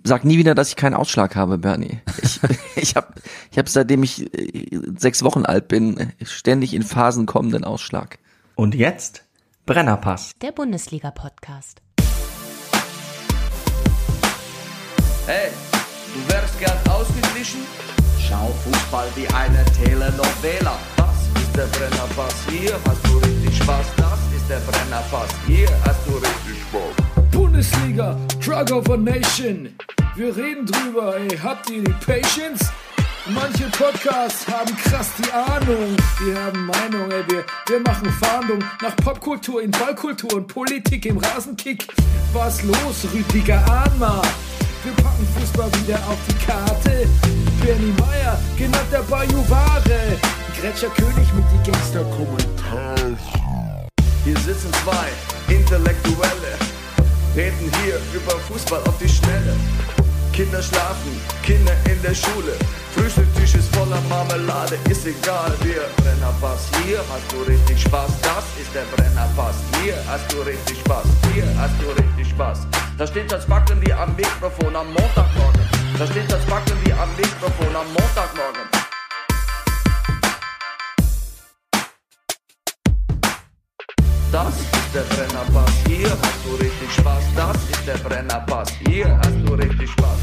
Sag nie wieder, dass ich keinen Ausschlag habe, Bernie. Ich hab seitdem ich 6 Wochen alt bin, ständig in Phasen kommenden Ausschlag. Und jetzt Brennerpass. Der Bundesliga-Podcast. Hey, du wärst gern ausgeglichen? Schau Fußball wie eine Telenovela. Das ist der Brennerpass, hier hast du richtig Spaß. Das ist der Brennerpass, hier hast du richtig Spaß. Bundesliga, Drug of a Nation. Wir reden drüber, ey, habt ihr die Patience? Manche Podcasts haben krass die Ahnung. Wir haben Meinung, ey, wir machen Fahndung nach Popkultur in Ballkultur und Politik im Rasenkick. Was los, Rüdiger Ahnma? Wir packen Fußball wieder auf die Karte. Bernie Meyer, genannt der Bajuware. Gretscher König mit die Gangster-Kommentare. Hier sitzen zwei Intellektuelle, reden hier über Fußball auf die Schnelle. Kinder schlafen, Kinder in der Schule. Frühstücktisch ist voller Marmelade, ist egal, wir Brennerpass. Hier hast du richtig Spaß, das ist der Brennerpass. Hier hast du richtig Spaß, hier hast du richtig Spaß. Da steht das Backen wie am Mikrofon am Montagmorgen. Da steht das Backen wie am Mikrofon am Montagmorgen. Das ist der Brennerpass, hier hast du richtig Spaß. Das ist der Brennerpass, hier hast du richtig Spaß.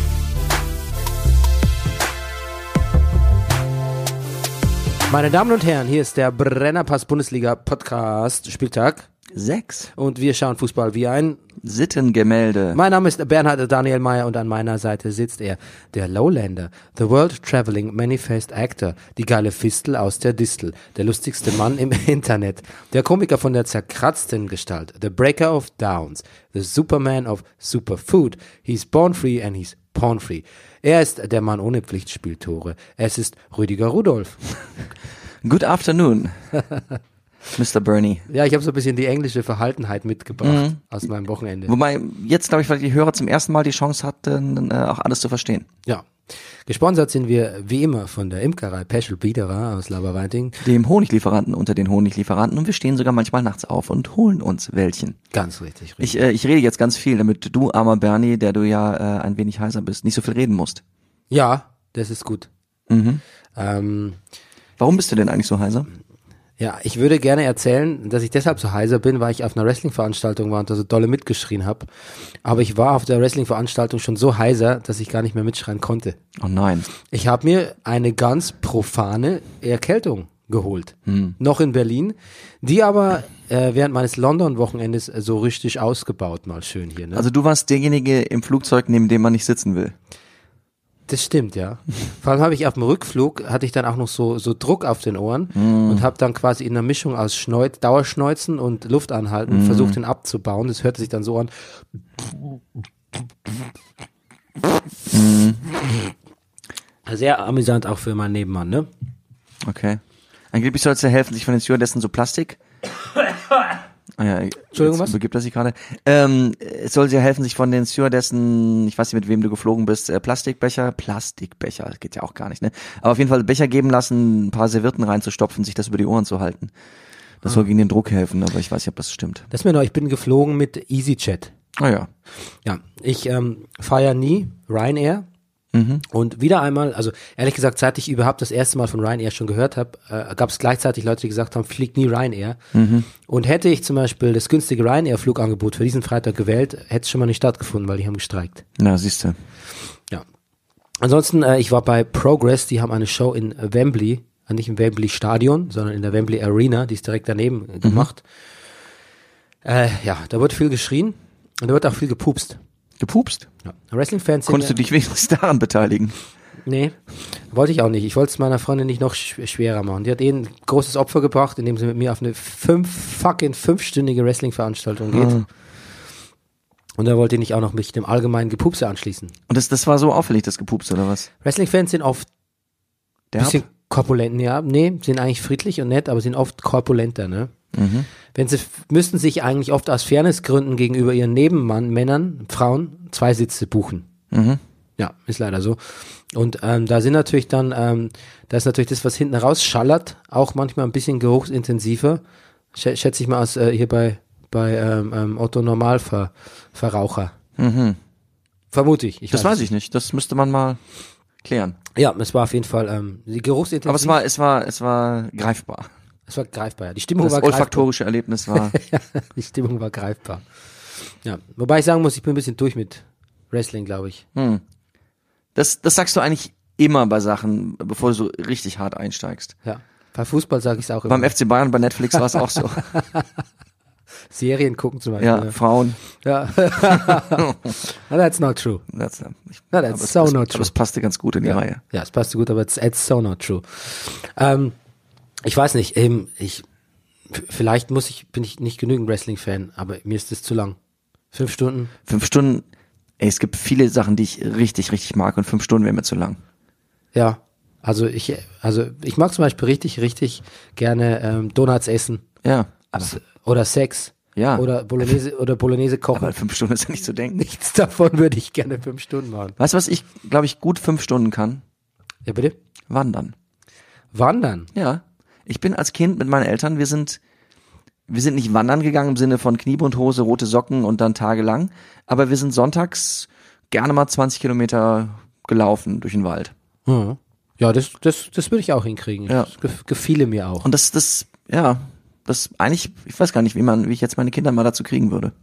Meine Damen und Herren, hier ist der Brennerpass Bundesliga Podcast, Spieltag 6. und wir schauen Fußball wie ein Sittengemälde. Mein Name ist Bernhard Daniel Meyer und an meiner Seite sitzt er, der Lowlander, the World Traveling Many-Faced Actor, die geile Fistel aus der Distel, der lustigste Mann im Internet, der Komiker von der zerkratzten Gestalt, the Breaker of Downs, the Superman of Superfood, he's born free and he's porn free. Er ist der Mann ohne Pflichtspieltore. Es ist Rüdiger Rudolph. Good afternoon, Mr. Bernie. Ja, ich habe so ein bisschen die englische Verhaltenheit mitgebracht aus meinem Wochenende. Wobei jetzt, glaube ich, weil die Hörer zum ersten Mal die Chance hatten, auch alles zu verstehen. Ja. Gesponsert sind wir wie immer von der Imkerei Peschel Biederer aus Laberweiting. Dem Honiglieferanten unter den Honiglieferanten, und wir stehen sogar manchmal nachts auf und holen uns welchen. Ganz richtig. Ich rede jetzt ganz viel, damit du, armer Bernie, der du ja ein wenig heiser bist, nicht so viel reden musst. Ja, das ist gut. Warum bist du denn eigentlich so heiser? Ja, ich würde gerne erzählen, dass ich deshalb so heiser bin, weil ich auf einer Wrestling-Veranstaltung war und da so dolle mitgeschrien habe. Aber ich war auf der Wrestling-Veranstaltung schon so heiser, dass ich gar nicht mehr mitschreien konnte. Oh nein. Ich habe mir eine ganz profane Erkältung geholt. Noch in Berlin. Die aber während meines London-Wochenendes so richtig ausgebaut, mal schön hier. Ne? Also du warst derjenige im Flugzeug, neben dem man nicht sitzen will. Das stimmt, ja. Vor allem habe ich auf dem Rückflug, hatte ich dann auch noch so Druck auf den Ohren und habe dann quasi in einer Mischung aus Dauerschneuzen und Luft anhalten versucht, ihn abzubauen. Das hörte sich dann so an. Sehr amüsant auch für meinen Nebenmann, ne? Okay. Angeblich soll es ja helfen, sich von den Stewardessen so Plastik... Ah ja, Entschuldigung, was? Begibt er sich gerade. Es soll dir helfen, sich von den Stewardessen, ich weiß nicht, mit wem du geflogen bist, Plastikbecher, das geht ja auch gar nicht, ne? Aber auf jeden Fall Becher geben lassen, ein paar Servietten reinzustopfen, sich das über die Ohren zu halten. Das soll gegen den Druck helfen, aber ich weiß nicht, ob das stimmt. Das ist mir neu, ich bin geflogen mit EasyJet. Ah ja. Ja, ich fahre ja nie Ryanair. Und wieder einmal, also ehrlich gesagt, seit ich überhaupt das erste Mal von Ryanair schon gehört habe, gab es gleichzeitig Leute, die gesagt haben, fliegt nie Ryanair. Und hätte ich zum Beispiel das günstige Ryanair-Flugangebot für diesen Freitag gewählt, hätte es schon mal nicht stattgefunden, weil die haben gestreikt. Na, siehst du. Ja. Ansonsten, ich war bei Progress, die haben eine Show in Wembley, nicht im Wembley Stadion, sondern in der Wembley Arena, die ist direkt daneben gemacht. Ja, da wird viel geschrien und da wird auch viel gepupst. Gepupst? Ja. Wrestling-Fans Konntest du dich wenigstens daran beteiligen? Nee, wollte ich auch nicht. Ich wollte es meiner Freundin nicht noch schwerer machen. Die hat ein großes Opfer gebracht, indem sie mit mir auf eine 5-stündige Wrestling-Veranstaltung geht. Und da wollte ich nicht auch noch mich dem allgemeinen Gepupse anschließen. Und das war so auffällig, das Gepupse, oder was? Wrestling-Fans sind oft ein bisschen korpulent, ja. Nee, sind eigentlich friedlich und nett, aber sind oft korpulenter, ne? Müssten sich eigentlich oft aus Fairnessgründen gegenüber ihren Nebenmännern, Frauen, 2 Sitze buchen. Ja, ist leider so. Und da sind natürlich dann, da ist natürlich das, was hinten rausschallert, auch manchmal ein bisschen geruchsintensiver. Schätze ich mal aus hier bei Otto Normalverraucher. Vermute ich. Das weiß ich nicht. Das müsste man mal klären. Ja, es war auf jeden Fall die Geruchsintensiv. Aber es war greifbar. Es war greifbar, ja. Die Stimmung Das war greifbar. olfaktorische Erlebnis war. Die Stimmung war greifbar. Ja, wobei ich sagen muss, ich bin ein bisschen durch mit Wrestling, glaube ich. Das sagst du eigentlich immer bei Sachen, bevor du so richtig hart einsteigst. Ja, bei Fußball sage ich es auch immer. Beim FC Bayern, bei Netflix war es auch so. Serien gucken zum Beispiel. Ja, Frauen. Ja. No, that's not true. That's so not true. Aber es passte ganz gut in die Reihe. Ja, es passte gut, aber it's so not true. Ich weiß nicht, vielleicht bin ich nicht genügend Wrestling-Fan, aber mir ist das zu lang. 5 Stunden? 5 Stunden, es gibt viele Sachen, die ich richtig, richtig mag und 5 Stunden wäre mir zu lang. Ja, also ich mag zum Beispiel richtig gerne Donuts essen. Ja. Oder Sex. Ja. Oder Bolognese kochen. Aber 5 Stunden ist ja nicht zu denken. Nichts davon würde ich gerne 5 Stunden machen. Weißt du, was ich, glaube ich, gut 5 Stunden kann? Ja, bitte? Wandern. Wandern? Ja. Ich bin als Kind mit meinen Eltern, wir sind nicht wandern gegangen im Sinne von Kniebundhose, rote Socken und dann tagelang, aber wir sind sonntags gerne mal 20 Kilometer gelaufen durch den Wald. Mhm. Ja, das würde ich auch hinkriegen. Ja. Das gefiele mir auch. Und das eigentlich, ich weiß gar nicht, wie ich jetzt meine Kinder mal dazu kriegen würde.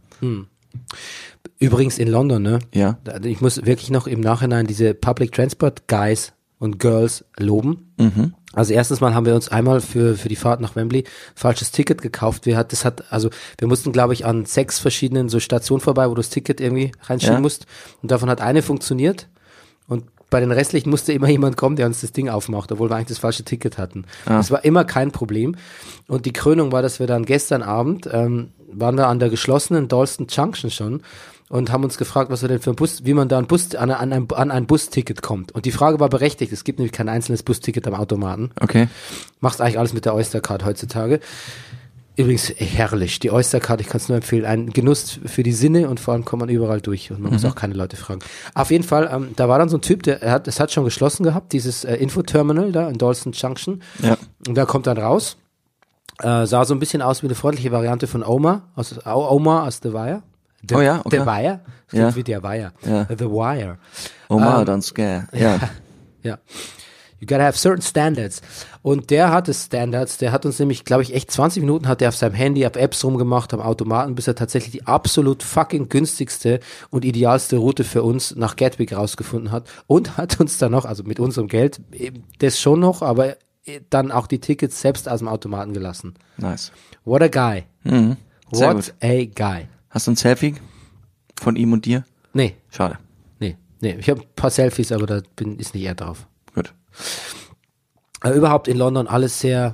Übrigens in London, ne? Ja. Ich muss wirklich noch im Nachhinein diese Public Transport Guys und Girls loben. Mhm. Also erstens mal haben wir uns einmal für die Fahrt nach Wembley falsches Ticket gekauft. Wir mussten, glaube ich, an 6 verschiedenen so Stationen vorbei, wo du das Ticket irgendwie reinschieben musst. Und davon hat eine funktioniert. Und bei den restlichen musste immer jemand kommen, der uns das Ding aufmacht, obwohl wir eigentlich das falsche Ticket hatten. Das war immer kein Problem. Und die Krönung war, dass wir dann gestern Abend, waren wir an der geschlossenen Dalston Junction schon und haben uns gefragt, was wir denn für ein Bus, wie man da an ein Busticket kommt. Und die Frage war berechtigt. Es gibt nämlich kein einzelnes Busticket am Automaten. Okay. Machst eigentlich alles mit der Oystercard heutzutage. Übrigens herrlich, die Oystercard, ich kann es nur empfehlen, ein Genuss für die Sinne und vor allem kommt man überall durch und man muss auch keine Leute fragen. Auf jeden Fall, da war dann so ein Typ, es hat schon geschlossen gehabt, dieses Infoterminal da in Dalston Junction. Ja. Und da kommt dann raus, sah so ein bisschen aus wie eine freundliche Variante von Omar aus The Wire. Oh ja, okay. The Wire? Das klingt wie der Wire. Ja. The Wire. Omar, don't scare. Ja. Ja. You gotta have certain standards. Und der hatte Standards, der hat uns nämlich, glaube ich, echt 20 Minuten hat er auf seinem Handy, auf Apps rumgemacht, am Automaten, bis er tatsächlich die absolut fucking günstigste und idealste Route für uns nach Gatwick rausgefunden hat und hat uns dann noch, also mit unserem Geld, das schon noch, aber dann auch die Tickets selbst aus dem Automaten gelassen. Nice. What a guy. Mhm. Sehr What gut. a guy. Hast du ein Selfie von ihm und dir? Nee, Schade. nee. Ich habe ein paar Selfies, aber da ist nicht er drauf. Gut. Aber überhaupt in London alles sehr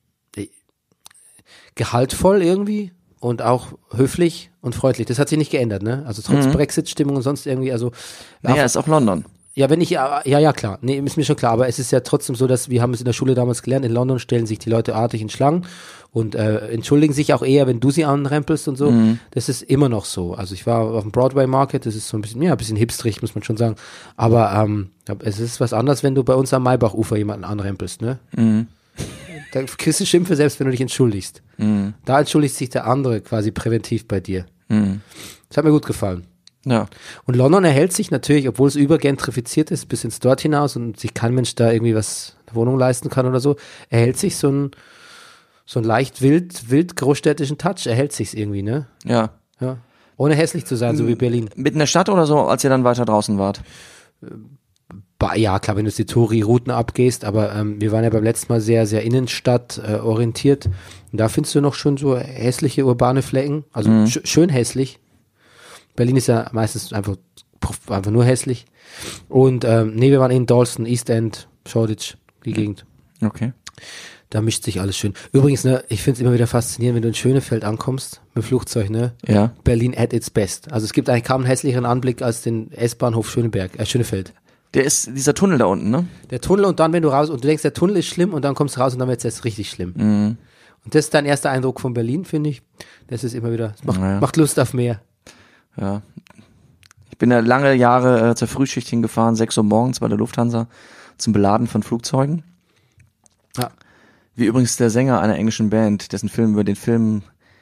gehaltvoll irgendwie und auch höflich und freundlich. Das hat sich nicht geändert, ne? Also trotz Brexit-Stimmung und sonst irgendwie, also. Naja, ist auch London. Ja, ja, klar. Nee, ist mir schon klar. Aber es ist ja trotzdem so, dass wir haben es in der Schule damals gelernt, in London stellen sich die Leute artig in Schlangen und entschuldigen sich auch eher, wenn du sie anrempelst und so. Das ist immer noch so. Also ich war auf dem Broadway Market, das ist so ein bisschen hipstrig, muss man schon sagen. Aber es ist was anderes, wenn du bei uns am Maybachufer jemanden anrempelst, ne? Da kriegst du Schimpfe, selbst wenn du dich entschuldigst. Da entschuldigt sich der andere quasi präventiv bei dir. Das hat mir gut gefallen. Ja. Und London erhält sich natürlich, obwohl es übergentrifiziert ist, bis ins Dort hinaus und sich kein Mensch da irgendwie eine Wohnung leisten kann oder so, erhält sich so ein leicht wild großstädtischen Touch, erhält sich's irgendwie, ne? Ja. Ja. Ohne hässlich zu sein, so wie Berlin. Mitten in der Stadt oder so, als ihr dann weiter draußen wart? Ja, klar, wenn du die Touri-Routen abgehst, aber wir waren ja beim letzten Mal sehr, sehr Innenstadt orientiert. Und da findest du noch schon so hässliche urbane Flecken, also schön hässlich. Berlin ist ja meistens einfach nur hässlich. Und wir waren in Dalston, East End, Shoreditch, die Gegend. Okay. Da mischt sich alles schön. Übrigens, ne, ich finde es immer wieder faszinierend, wenn du in Schönefeld ankommst, mit dem Flugzeug, ne? Ja. Berlin at its best. Also es gibt eigentlich kaum einen hässlicheren Anblick als den S-Bahnhof Schönefeld. Der ist dieser Tunnel da unten, ne? Der Tunnel und dann, wenn du raus, und du denkst, der Tunnel ist schlimm und dann kommst du raus und dann wird es jetzt richtig schlimm. Und das ist dein erster Eindruck von Berlin, finde ich. Das ist immer wieder, macht Lust auf mehr. Ja. Ich bin ja lange Jahre zur Frühschicht hingefahren, 6 Uhr morgens bei der Lufthansa zum Beladen von Flugzeugen. Ja. Wie übrigens der Sänger einer englischen Band, dessen Film über den Film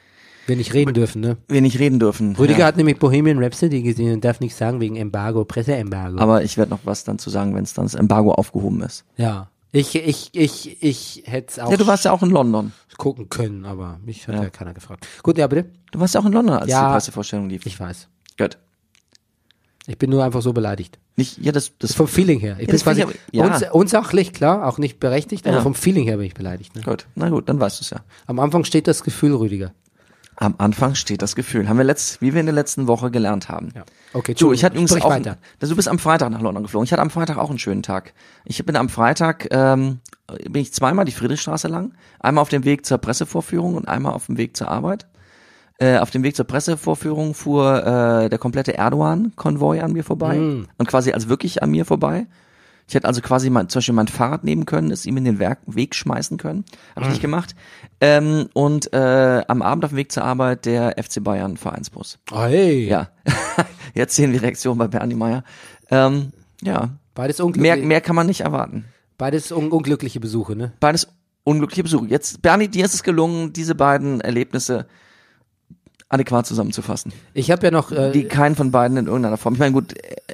Wir nicht reden dürfen, ne? Wir nicht reden dürfen. Rüdiger hat nämlich Bohemian Rhapsody gesehen und darf nichts sagen wegen Embargo, Presseembargo. Aber ich werde noch was dann zu sagen, wenn es dann das Embargo aufgehoben ist. Ja. Ich hätte es auch. Ja, du warst ja auch in London. Gucken können, aber mich hat ja keiner gefragt. Gut, ja, bitte? Du warst ja auch in London, als die Pressevorstellung lief. Ich weiß. Gut. Ich bin nur einfach so beleidigt. Das vom Feeling her. Ich bin quasi unsachlich, klar, auch nicht berechtigt, aber vom Feeling her bin ich beleidigt. Ne? Gut, na gut, dann weißt du es ja. Am Anfang steht das Gefühl, Rüdiger. Am Anfang steht das Gefühl. Haben wir wie wir in der letzten Woche gelernt haben. Ja. Okay, du, ich hatte übrigens auch, weiter. Du bist am Freitag nach London geflogen. Ich hatte am Freitag auch einen schönen Tag. Ich bin am Freitag, bin ich zweimal die Friedrichstraße lang. Einmal auf dem Weg zur Pressevorführung und einmal auf dem Weg zur Arbeit. Auf dem Weg zur Pressevorführung fuhr der komplette Erdogan-Konvoi an mir vorbei. Und quasi als wirklich an mir vorbei. Ich hätte also quasi zum Beispiel mein Fahrrad nehmen können, es ihm in den Weg schmeißen können. Habe ich nicht gemacht. Und am Abend auf dem Weg zur Arbeit der FC Bayern Vereinsbus. Oh, hey. Ja. Jetzt sehen wir die Reaktion bei Bernie Meyer. Ja. Beides unglücklich. Mehr kann man nicht erwarten. Beides unglückliche Besuche, ne? Beides unglückliche Besuche. Jetzt, Bernie, dir ist es gelungen, diese beiden Erlebnisse adäquat zusammenzufassen. Ich habe ja noch die keinen von beiden in irgendeiner Form. Ich meine, gut,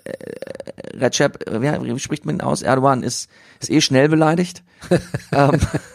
Recep, wie spricht man ihn aus? Erdogan ist schnell beleidigt. Da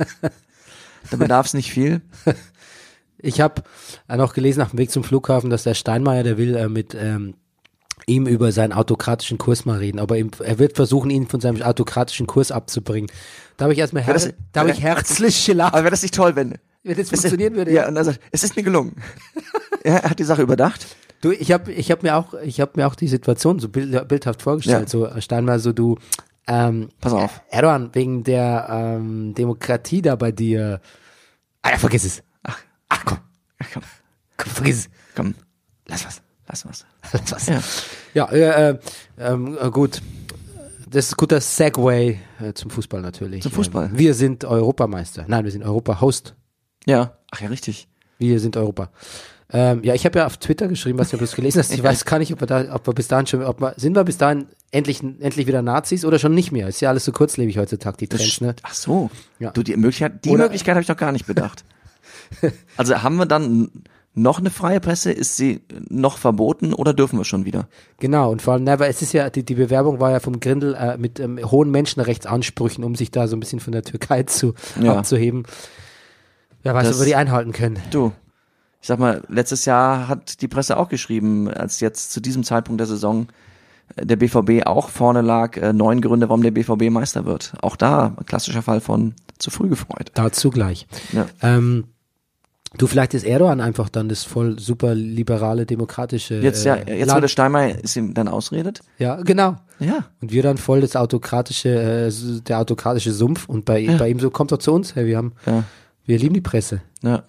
bedarf es nicht viel. Ich habe noch gelesen auf dem Weg zum Flughafen, dass der Steinmeier, der will mit ihm über seinen autokratischen Kurs mal reden, aber er wird versuchen, ihn von seinem autokratischen Kurs abzubringen. Da habe ich erstmal herzlich gelacht. Aber wäre das nicht toll, wenn das funktionieren würde? Ja, und er sagt, es ist mir gelungen. Er hat die Sache überdacht. Du, ich hab mir auch die Situation so bildhaft vorgestellt, so Steinmeier, so du, pass auf. Erdogan, wegen der Demokratie da bei dir, ja, vergiss es. Ach komm, vergiss es. Komm, lass was. Ja, gut. Das ist ein guter Segway zum Fußball natürlich. Zum Fußball. Wir sind Europameister. Nein, wir sind Europa-Host. Ja. Ach ja, richtig. Wir sind Europa. Ja, ich habe ja auf Twitter geschrieben, was du bloß gelesen hast. Ich weiß gar nicht, ob wir bis dahin sind wir bis dahin endlich wieder Nazis oder schon nicht mehr? Ist ja alles so kurzlebig heutzutage, die Trends, ne? Ach so. Ja. Du, die Möglichkeit habe ich noch gar nicht bedacht. Also haben wir dann noch eine freie Presse? Ist sie noch verboten oder dürfen wir schon wieder? Genau, und vor allem, es ist ja, die Bewerbung war ja vom Grindel mit hohen Menschenrechtsansprüchen, um sich da so ein bisschen von der Türkei abzuheben. Wer weiß, ob wir die einhalten können. Du, ich sag mal, letztes Jahr hat die Presse auch geschrieben, als jetzt zu diesem Zeitpunkt der Saison der BVB auch vorne lag, 9 Gründe, warum der BVB Meister wird. Auch da, klassischer Fall von zu früh gefreut. Dazu gleich. Ja. Du, vielleicht ist Erdogan einfach dann das voll super liberale, demokratische jetzt wo der Steinmeier es ihm dann ausredet. Ja, genau. Ja. Und wir dann voll der autokratische Sumpf und bei ihm so, kommt doch zu uns, hey, wir lieben die Presse. Ja.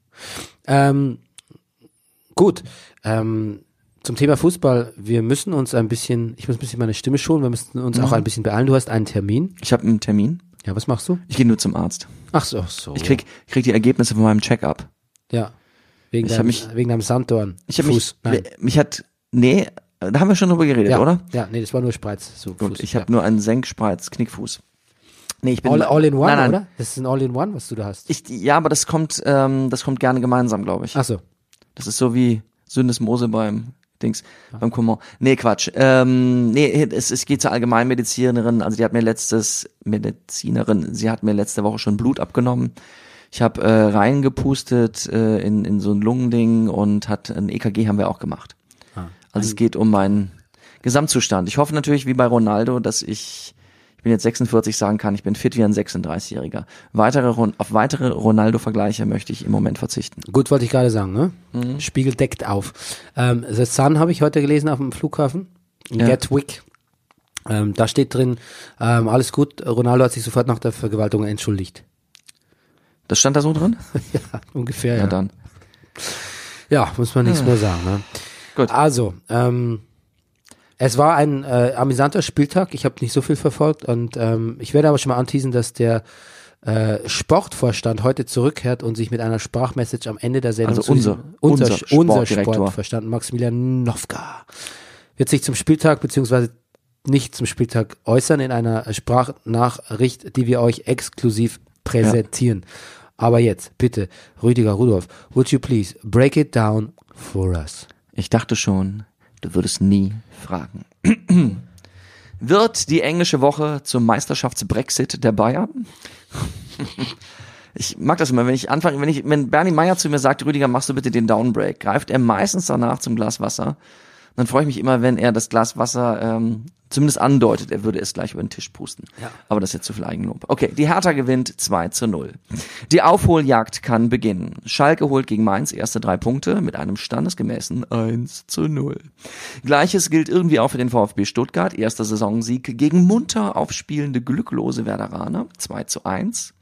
Gut, zum Thema Fußball, wir müssen uns ich muss ein bisschen meine Stimme schonen, wir müssen uns auch ein bisschen beeilen. Du hast einen Termin. Ich habe einen Termin. Ja, was machst du? Ich gehe nur zum Arzt. Ach so. Ich krieg die Ergebnisse von meinem Check-up. Ja. Wegen deinem Sanddorn. Da haben wir schon drüber geredet, oder? Ja, nee, das war nur Spreiz. So gut, Fuß, ich habe nur einen Senkspreiz-Knickfuß. Nee, ich bin all in one, nein. Oder? Das ist ein All-in-One, was du da hast. Ja, aber das kommt gerne gemeinsam, glaube ich. Ach so. Das ist so wie Syndesmose beim Kummer. Nee, Quatsch. Es geht zur Allgemeinmedizinerin, also sie hat mir letzte Woche schon Blut abgenommen. Ich habe reingepustet in so ein Lungending und ein EKG haben wir auch gemacht. Also es geht um meinen Gesamtzustand. Ich hoffe natürlich, wie bei Ronaldo, dass ich bin jetzt 46, sagen kann, ich bin fit wie ein 36-Jähriger. Auf weitere Ronaldo-Vergleiche möchte ich im Moment verzichten. Gut, wollte ich gerade sagen, ne? Mhm. Spiegel deckt auf. The Sun habe ich heute gelesen auf dem Flughafen. Gatwick. Da steht drin, alles gut, Ronaldo hat sich sofort nach der Vergewaltigung entschuldigt. Das stand da so drin? Ja, ungefähr, ja. Dann. Ja, muss man nichts mehr sagen, ne? Gut. Also, es war ein amüsanter Spieltag. Ich habe nicht so viel verfolgt und ich werde aber schon mal anteasen, dass der Sportvorstand heute zurückkehrt und sich mit einer Sprachmessage am Ende der Sendung unser Sportvorstand Maximilian Nowka wird sich zum Spieltag beziehungsweise nicht zum Spieltag äußern in einer Sprachnachricht, die wir euch exklusiv präsentieren. Aber jetzt, bitte, Rüdiger Rudolph, would you please break it down for us? Ich dachte schon, du würdest nie fragen. Wird die englische Woche zum Meisterschafts-Brexit der Bayern? Ich mag das immer, wenn Bernie Meyer zu mir sagt, Rüdiger, machst du bitte den Downbreak, greift er meistens danach zum Glas Wasser. Dann freue ich mich immer, wenn er das Glas Wasser zumindest andeutet, er würde es gleich über den Tisch pusten. Ja. Aber das ist jetzt zu viel Eigenlob. Okay, die Hertha gewinnt 2-0. Die Aufholjagd kann beginnen. Schalke holt gegen Mainz erste 3 Punkte mit einem standesgemäßen 1-0. Gleiches gilt irgendwie auch für den VfB Stuttgart. Erster Saisonsieg gegen munter aufspielende glücklose Werderaner 2-1.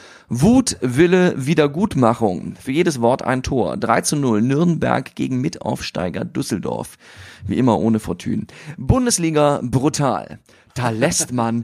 Wut, Wille, Wiedergutmachung. Für jedes Wort ein Tor. 3-0 Nürnberg gegen Mitaufsteiger Düsseldorf. Wie immer ohne Fortune. Bundesliga brutal. Da lässt man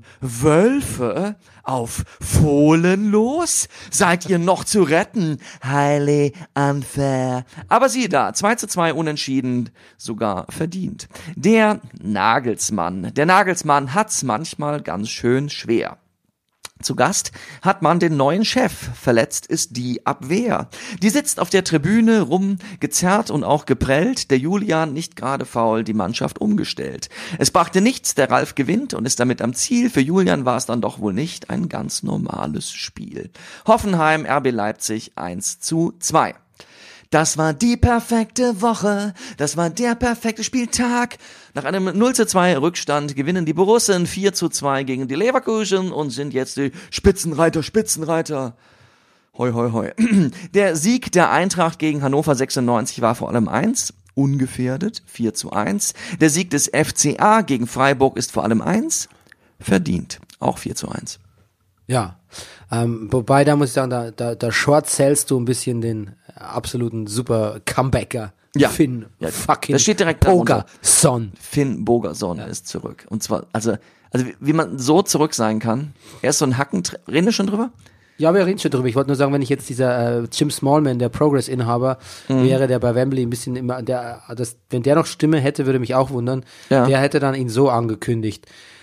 Wölfe auf Fohlen los? Seid ihr noch zu retten? Highly unfair. Aber siehe da, 2-2 unentschieden, sogar verdient. Der Nagelsmann hat's manchmal ganz schön schwer. Zu Gast hat man den neuen Chef. Verletzt ist die Abwehr. Die sitzt auf der Tribüne rum, gezerrt und auch geprellt. Der Julian nicht gerade faul, die Mannschaft umgestellt. Es brachte nichts, der Ralf gewinnt und ist damit am Ziel. Für Julian war es dann doch wohl nicht ein ganz normales Spiel. Hoffenheim, RB Leipzig 1-2. Das war die perfekte Woche, das war der perfekte Spieltag. Nach einem 0-2 Rückstand gewinnen die Borussen 4-2 gegen die Leverkusen und sind jetzt die Spitzenreiter. Hoi, hoi, hoi. Der Sieg der Eintracht gegen Hannover 96 war vor allem eins, ungefährdet, 4-1. Der Sieg des FCA gegen Freiburg ist vor allem eins, verdient, auch 4-1. Ja, wobei da muss ich sagen, da short-sellst du ein bisschen den absoluten super Comebacker. Ja. Finn fucking das steht direkt Bogason. Finn Bogason ist zurück. Und zwar, also wie man so zurück sein kann. Er ist so ein Hacken, reden wir schon drüber? Ja, wir reden schon drüber. Ich wollte nur sagen, wenn ich jetzt dieser Jim Smallman, der Progress-Inhaber, wäre, der bei Wembley ein bisschen immer, wenn der noch Stimme hätte, würde mich auch wundern. Ja. Der hätte dann ihn so angekündigt.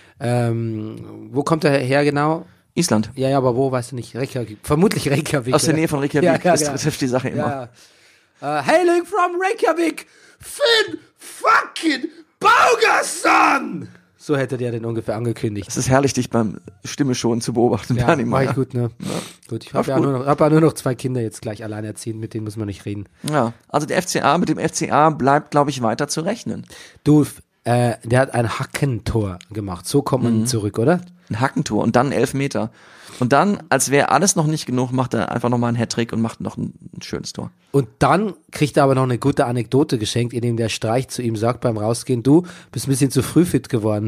Wo kommt er her genau? Island. Ja, aber wo, weißt du nicht? Reykjavik. Vermutlich Reykjavik. Aus der Nähe von Reykjavik, ja, das trifft die Sache immer. Ja. Hailing from Reykjavik, Finn fucking Bogason! So hätte der den ungefähr angekündigt. Es ist herrlich, dich beim Stimme schon zu beobachten. Ja, mach ich gut, ne? Ja. Gut, ich habe ja nur noch 2 Kinder jetzt gleich alleinerziehend, mit denen muss man nicht reden. Ja, also mit dem FCA bleibt, glaube ich, weiter zu rechnen. Du, der hat ein Hackentor gemacht, so kommt man zurück, oder? Ein Hackentor und dann 11 Meter. Und dann, als wäre alles noch nicht genug, macht er einfach nochmal einen Hattrick und macht noch ein schönes Tor. Und dann kriegt er aber noch eine gute Anekdote geschenkt, indem der Streich zu ihm sagt beim Rausgehen, du bist ein bisschen zu früh fit geworden.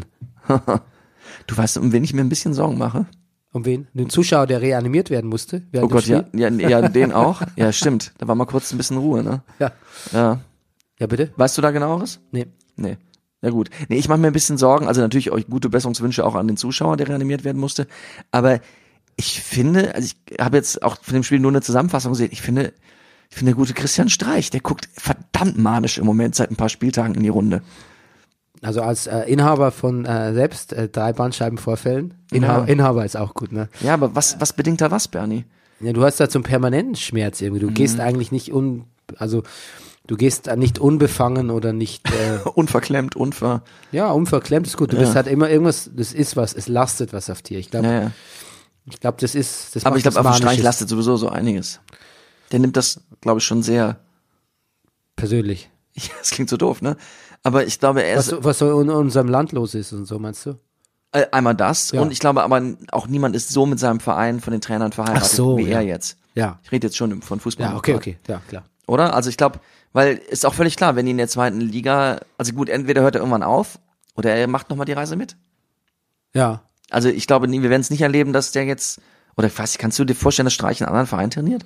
Du weißt, um wen ich mir ein bisschen Sorgen mache? Um wen? Den Zuschauer, der reanimiert werden musste? Oh Gott, ja, den auch. Ja, stimmt. Da war mal kurz ein bisschen Ruhe, ne? Ja. Ja, bitte? Weißt du da genaueres? Nee. Ja gut. Nee, ich mache mir ein bisschen Sorgen, also natürlich euch gute Besserungswünsche auch an den Zuschauer, der reanimiert werden musste, aber ich finde, also ich habe jetzt auch von dem Spiel nur eine Zusammenfassung gesehen, ich finde der gute Christian Streich, der guckt verdammt manisch im Moment seit ein paar Spieltagen in die Runde. Also als Inhaber von selbst 3 Bandscheibenvorfällen, Inhaber ist auch gut, ne? Ja, aber was bedingt da was, Bernie? Ja, du hast da zum permanenten Schmerz irgendwie, du gehst eigentlich nicht du gehst nicht unbefangen oder nicht unverklemmt, Ja, unverklemmt ist gut. Du bist halt immer irgendwas, es lastet was auf dir. Ich glaube, das ist aber ich glaube, auf dem Streich lastet sowieso so einiges. Der nimmt das, glaube ich, schon sehr persönlich. Ja, das klingt so doof, ne? Aber ich glaube, was so in unserem Land los ist und so, meinst du? Einmal das und ich glaube aber auch niemand ist so mit seinem Verein von den Trainern verheiratet wie er jetzt. Ja. Ich rede jetzt schon von Fußball. Ja, okay, ja, klar. Oder? Also ich glaube, weil ist auch völlig klar, wenn die in der 2. Liga, also gut, entweder hört er irgendwann auf oder er macht nochmal die Reise mit. Ja. Also ich glaube, wir werden es nicht erleben, dass der jetzt, oder kannst du dir vorstellen, dass Streich einen anderen Verein trainiert?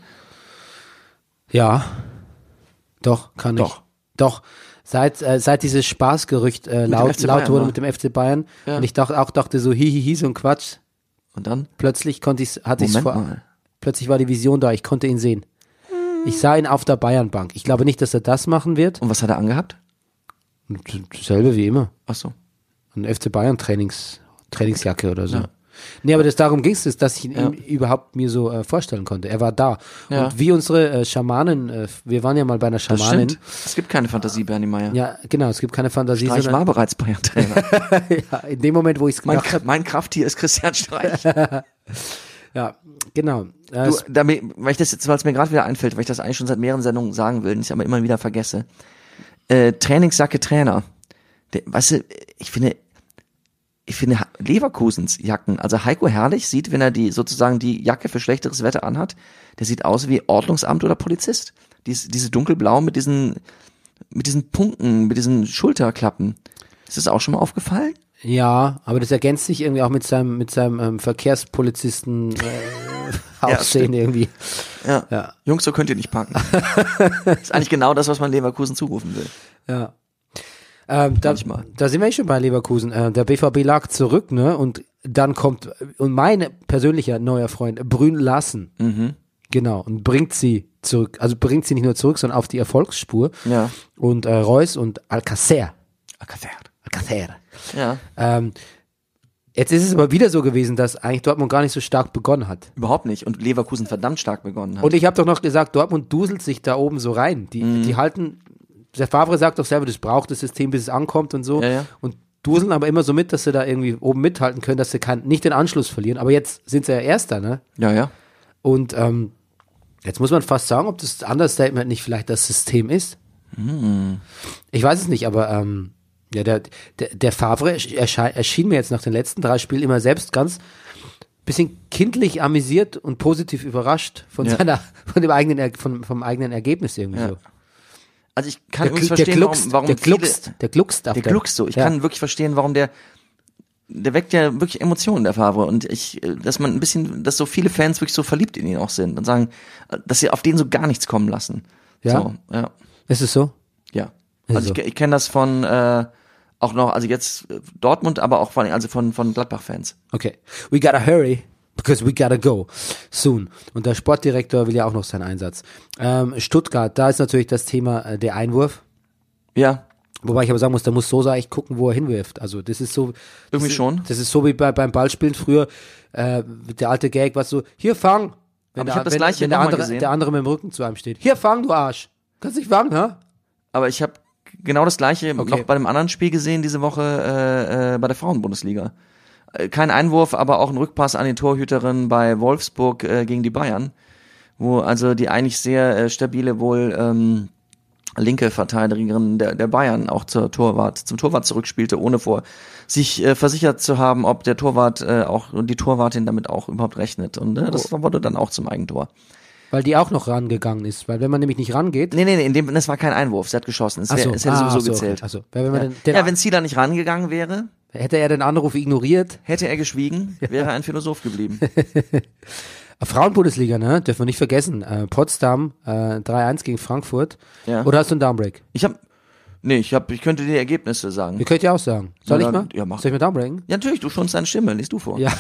Ja. Doch, kann ich. Doch. Seit dieses Spaßgerücht laut wurde mit dem FC Bayern und ich dachte so hihihi, so ein Quatsch. Und dann? Plötzlich plötzlich war die Vision da, ich konnte ihn sehen. Ich sah ihn auf der Bayernbank. Ich glaube nicht, dass er das machen wird. Und was hat er angehabt? Dasselbe wie immer. Ach so. Ein FC Bayern Trainingsjacke oder so. Ja. Nee, aber darum ging es, dass ich ihn überhaupt mir so vorstellen konnte. Er war da. Ja. Und wie unsere Schamanin, wir waren ja mal bei einer Schamanin. Das stimmt. Es gibt keine Fantasie, Bernie Meyer. Ja, genau, es gibt keine Fantasie. Streich war bereits Bayern-Trainer. Ja, in dem Moment, wo ich es gedacht habe. Mein Krafttier ist Christian Streich. Ja, genau. Du, damit, weil es mir gerade wieder einfällt, weil ich das eigentlich schon seit mehreren Sendungen sagen will, ich aber immer wieder vergesse. Trainingsjacke Trainer. Weißt du, ich finde Leverkusens Jacken, also Heiko Herrlich sieht, wenn er sozusagen die Jacke für schlechteres Wetter anhat, der sieht aus wie Ordnungsamt oder Polizist. Diese dunkelblau mit diesen Punkten, mit diesen Schulterklappen. Ist das auch schon mal aufgefallen? Ja, aber das ergänzt sich irgendwie auch mit seinem Verkehrspolizisten Aussehen irgendwie. Ja. Jungs, so könnt ihr nicht parken. Das ist eigentlich genau das, was man Leverkusen zurufen will. Ja. Da sind wir schon bei Leverkusen. Der BVB lag zurück, ne? Und dann kommt mein persönlicher neuer Freund Brünn Larsen. Mhm. Genau. Und bringt sie zurück. Also bringt sie nicht nur zurück, sondern auf die Erfolgsspur. Ja. Und Reus und Alcacer. Ja. Jetzt ist es aber wieder so gewesen, dass eigentlich Dortmund gar nicht so stark begonnen hat. Überhaupt nicht. Und Leverkusen verdammt stark begonnen hat. Und ich habe doch noch gesagt, Dortmund duselt sich da oben so rein. Die halten, der Favre sagt doch selber, das braucht das System, bis es ankommt und so. Ja. Und duseln aber immer so mit, dass sie da irgendwie oben mithalten können, dass sie nicht den Anschluss verlieren. Aber jetzt sind sie ja Erster, ne? Ja. Und jetzt muss man fast sagen, ob das Understatement nicht vielleicht das System ist. Ich weiß es nicht, aber ja, der Favre erschien mir jetzt nach den letzten 3 Spielen immer selbst ganz bisschen kindlich amüsiert und positiv überrascht vom eigenen Ergebnis irgendwie so. Also ich kann übrigens verstehen, warum der gluckst so. Ich kann wirklich verstehen, warum der weckt ja wirklich Emotionen, der Favre. Und dass so viele Fans wirklich so verliebt in ihn auch sind und sagen, dass sie auf den so gar nichts kommen lassen. Ja? So, ja. Ist es so? Ja. Also ich kenne das von auch noch, also jetzt Dortmund, aber auch von Gladbach-Fans. Okay. We gotta hurry, because we gotta go soon. Und der Sportdirektor will ja auch noch seinen Einsatz. Stuttgart, da ist natürlich das Thema der Einwurf. Ja. Wobei ich aber sagen muss, da muss Sosa echt gucken, wo er hinwirft. Also das ist so. Schon. Das ist so wie beim Ballspielen früher, der alte Gag, was so, hier fang. Wenn aber ich habe das Gleiche nochmal gesehen. Der andere mit dem Rücken zu einem steht. Hier fang, du Arsch. Kannst nicht fangen, ha? Aber ich habe genau das Gleiche noch bei einem anderen Spiel gesehen diese Woche bei der Frauenbundesliga. Kein Einwurf, aber auch ein Rückpass an die Torhüterin bei Wolfsburg gegen die Bayern, wo also die eigentlich sehr stabile wohl linke Verteidigerin der Bayern auch zum Torwart zurückspielte, ohne sich versichert zu haben, ob der Torwart und die Torwartin damit auch überhaupt rechnet. Und das wurde dann auch zum Eigentor. Weil die auch noch rangegangen ist, weil wenn man nämlich nicht rangeht. Nee, das war kein Einwurf, sie hat geschossen, es hätte sowieso gezählt. Also, wenn wenn Zieler nicht rangegangen wäre, hätte er den Anruf ignoriert. Hätte er geschwiegen, wäre er ein Philosoph geblieben. Frauenbundesliga, ne? Dürfen wir nicht vergessen. Potsdam 3-1 gegen Frankfurt. Ja. Oder hast du einen Downbreak? Ich könnte die Ergebnisse sagen. Ihr könnt ja auch sagen. Soll ich mal? Ja, mach. Soll ich mal downbreaken? Ja, natürlich, du schonst deine Stimme, liest du vor. Ja.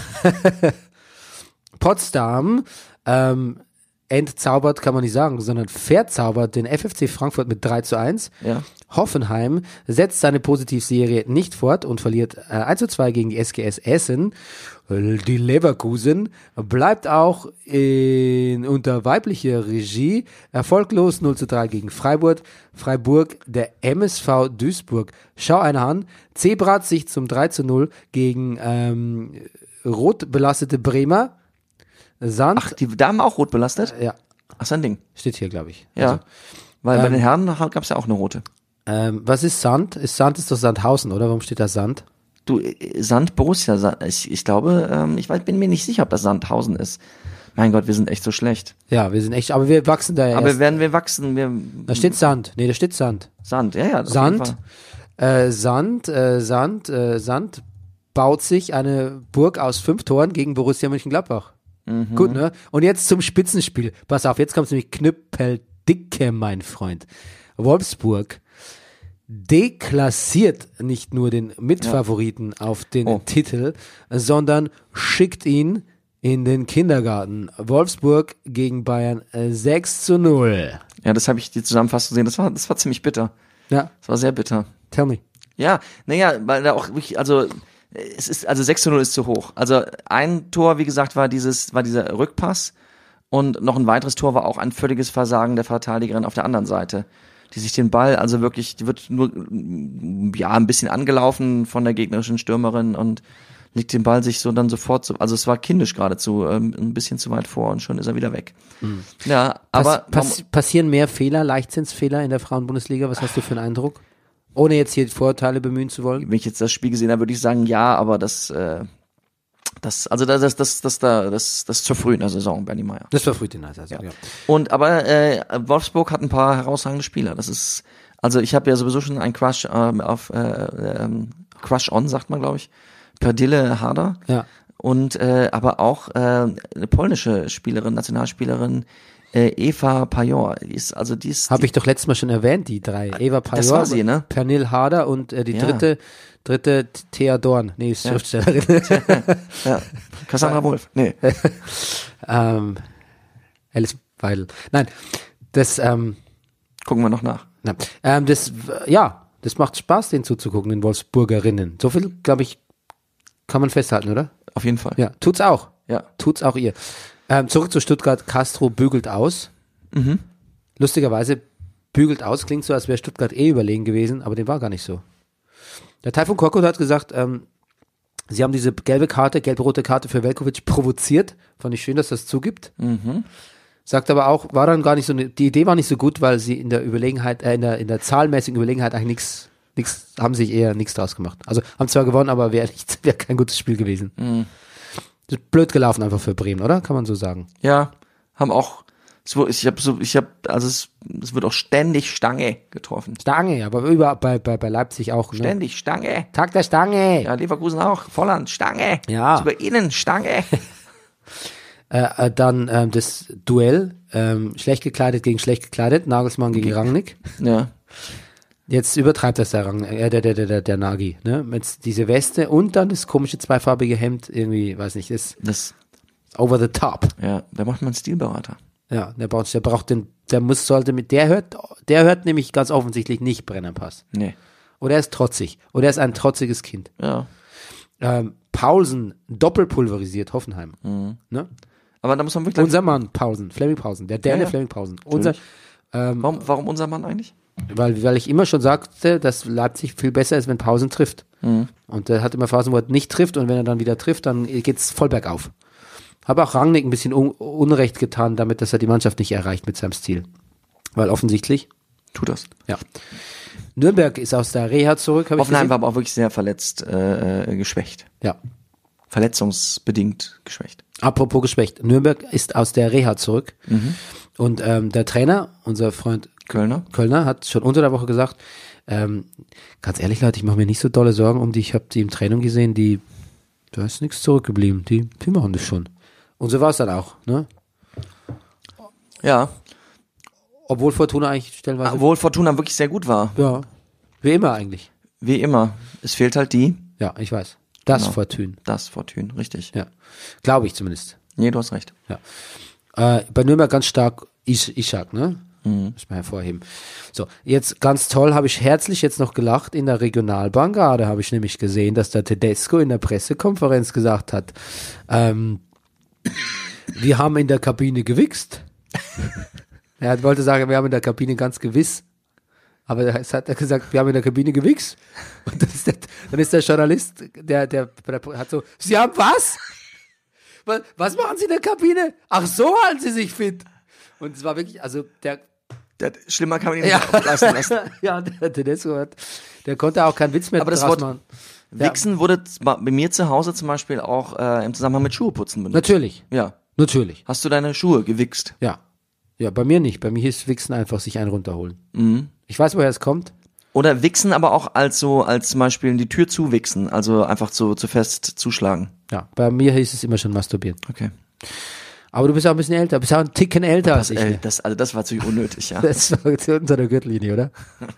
Potsdam entzaubert, kann man nicht sagen, sondern verzaubert den FFC Frankfurt mit 3-1. Ja. Hoffenheim setzt seine Positivserie nicht fort und verliert 1-2 gegen die SGS Essen. Die Leverkusen bleibt auch unter weiblicher Regie erfolglos 0-3 gegen Freiburg. Der MSV Duisburg. Schau einer an. Zebrat sich zum 3-0 gegen rot belastete Bremer. Sand. Ach, die Damen auch rot belastet? Ja. Ach, so ein Ding. Steht hier, glaube ich. Ja. Also, weil bei den Herren gab es ja auch eine rote. Was ist Sand? Sand ist doch Sandhausen, oder? Warum steht da Sand? Du, Sand, Borussia, ich glaube, bin mir nicht sicher, ob das Sandhausen ist. Mein Gott, wir sind echt so schlecht. Ja, wir sind echt, aber wir wachsen da ja aber erst. Werden wir wachsen? Da steht Sand. Nee, da steht Sand. Sand, ja. Sand. Sand baut sich eine Burg aus 5 Toren gegen Borussia Mönchengladbach. Mhm. Gut, ne? Und jetzt zum Spitzenspiel. Pass auf, jetzt kommt es nämlich knüppeldicke, mein Freund. Wolfsburg deklassiert nicht nur den Mitfavoriten auf den Titel, sondern schickt ihn in den Kindergarten. Wolfsburg gegen Bayern 6-0. Ja, das habe ich die Zusammenfassung gesehen. Das war ziemlich bitter. Ja. Das war sehr bitter. Tell me. Ja, naja, weil da auch wirklich, also es ist, also 6:0 ist zu hoch. Also ein Tor, wie gesagt, war dieser Rückpass und noch ein weiteres Tor war auch ein völliges Versagen der Verteidigerin auf der anderen Seite, die sich den Ball, also wirklich, die wird nur, ja, ein bisschen angelaufen von der gegnerischen Stürmerin und legt den Ball sich so dann sofort so, also es war kindisch geradezu, ein bisschen zu weit vor und schon ist er wieder weg. Mhm. Ja, aber passieren mehr Fehler, Leichtsinnsfehler in der Frauenbundesliga? Was hast du für einen Eindruck? Ohne jetzt hier Vorurteile bemühen zu wollen? Wenn ich jetzt das Spiel gesehen habe, würde ich sagen, ja, aber das zur früh in der Saison, Bernie Meyer. Das war früh in der Saison, ja. Und aber Wolfsburg hat ein paar herausragende Spieler. Das ist, also ich habe ja sowieso schon einen Crush Crush on, sagt man, glaube ich, Perdille Harder. Ja. Und aber auch eine polnische Spielerin, Nationalspielerin, Eva Pajor. Habe ich doch letztes Mal schon erwähnt, die drei. Eva Pajor, das war sie, ne? Pernille Harder und die dritte Thea Dorn. Nee, ist Schriftstellerin. Ja. Cassandra Wolf. Nee. Alice Weidel. Nein, das gucken wir noch nach. Das macht Spaß, den zuzugucken, den Wolfsburgerinnen. So viel, glaube ich, kann man festhalten, oder? Auf jeden Fall. Ja, tut's auch. Ja. Tut's auch ihr. Zurück zu Stuttgart. Castro bügelt aus. Mhm. Lustigerweise bügelt aus, klingt so, als wäre Stuttgart überlegen gewesen, aber dem war gar nicht so. Der Taifun Korkut hat gesagt, sie haben diese gelb-rote Karte für Veljković provoziert. Fand ich schön, dass das zugibt. Mhm. Sagt aber auch, war dann gar nicht so, die Idee war nicht so gut, weil sie in der Überlegenheit, in der zahlenmäßigen Überlegenheit eigentlich haben sich eher nichts draus gemacht. Also haben zwar gewonnen, aber wäre kein gutes Spiel gewesen. Mhm. Das ist blöd gelaufen einfach für Bremen, oder? Kann man so sagen. Ja, haben auch, es wird auch ständig Stange getroffen. Stange, aber überall bei Leipzig auch. Ne? Ständig Stange. Tag der Stange. Ja, Leverkusen auch. Volland, Stange. Ja. Ist über ihnen Stange. Dann das Duell, schlecht gekleidet gegen schlecht gekleidet, Nagelsmann gegen Rangnick. Ja. Jetzt übertreibt das der Nagy, ne? Mit diese Weste und dann das komische zweifarbige Hemd, irgendwie, weiß nicht, das over the top. Ja, da macht man einen Stilberater. Ja, der hört nämlich ganz offensichtlich nicht Brennerpass. Nee. Oder er ist trotzig. Oder er ist ein trotziges Kind. Ja. Paulsen doppelpulverisiert Hoffenheim. Mhm. Ne? Aber da muss man wirklich. Unser Mann, Fleming Pausen. Der Fleming Pausen. Warum unser Mann eigentlich? Weil ich immer schon sagte, dass Leipzig viel besser ist, wenn Pausen trifft. Mhm. Und er hat immer Phasen, wo er nicht trifft und wenn er dann wieder trifft, dann geht's voll bergauf. Habe auch Rangnick ein bisschen Unrecht getan, damit, dass er die Mannschaft nicht erreicht mit seinem Stil. Weil offensichtlich tut das. Ja. Nürnberg ist aus der Reha zurück. Hoffenheim war aber auch wirklich sehr verletzt, geschwächt. Ja. Verletzungsbedingt geschwächt. Apropos geschwächt. Nürnberg ist aus der Reha zurück. Mhm. Und der Trainer, unser Freund Kölner hat schon unter der Woche gesagt, ganz ehrlich Leute, ich mache mir nicht so dolle Sorgen um die. Ich habe die im Training gesehen, da ist nichts zurückgeblieben. Die machen das schon. Und so war es dann auch, ne? Ja. Obwohl Fortuna eigentlich stellenweise... Obwohl Fortuna wirklich sehr gut war. Ja. Wie immer eigentlich. Wie immer. Es fehlt halt die... Ja, ich weiß. Das Fortune. Das Fortune, richtig. Ja. Glaube ich zumindest. Nee, du hast recht. Ja. Bei Nürnberg ganz stark Ishak, ne? Mhm. Muss man hervorheben. So, jetzt ganz toll, habe ich herzlich jetzt noch gelacht in der Regionalbank. Da habe ich nämlich gesehen, dass der Tedesco in der Pressekonferenz gesagt hat, wir haben in der Kabine gewichst. Er wollte sagen, wir haben in der Kabine ganz gewiss. Aber es hat er gesagt, wir haben in der Kabine gewichst. Und dann ist der Journalist, der hat so, Sie haben was? Was machen Sie in der Kabine? Ach so, halten Sie sich fit. Und es war wirklich, also schlimmer kann man ihn nicht auflassen lassen. Ja, der Tedesco der konnte auch keinen Witz mehr draus machen. Wichsen wurde bei mir zu Hause zum Beispiel auch im Zusammenhang mit Schuheputzen benutzt. Natürlich. Ja. Natürlich. Hast du deine Schuhe gewichst? Ja. Ja, bei mir nicht. Bei mir ist Wichsen einfach sich einen runterholen. Mhm. Ich weiß, woher es kommt. Oder Wichsen aber auch als zum Beispiel die Tür zuwichsen, also einfach zu fest zuschlagen. Ja, bei mir hieß es immer schon masturbieren. Okay. Aber du bist auch ein bisschen älter, bist auch einen Ticken älter als ich. Das war ziemlich unnötig, ja. Das war unter der Gürtellinie, oder?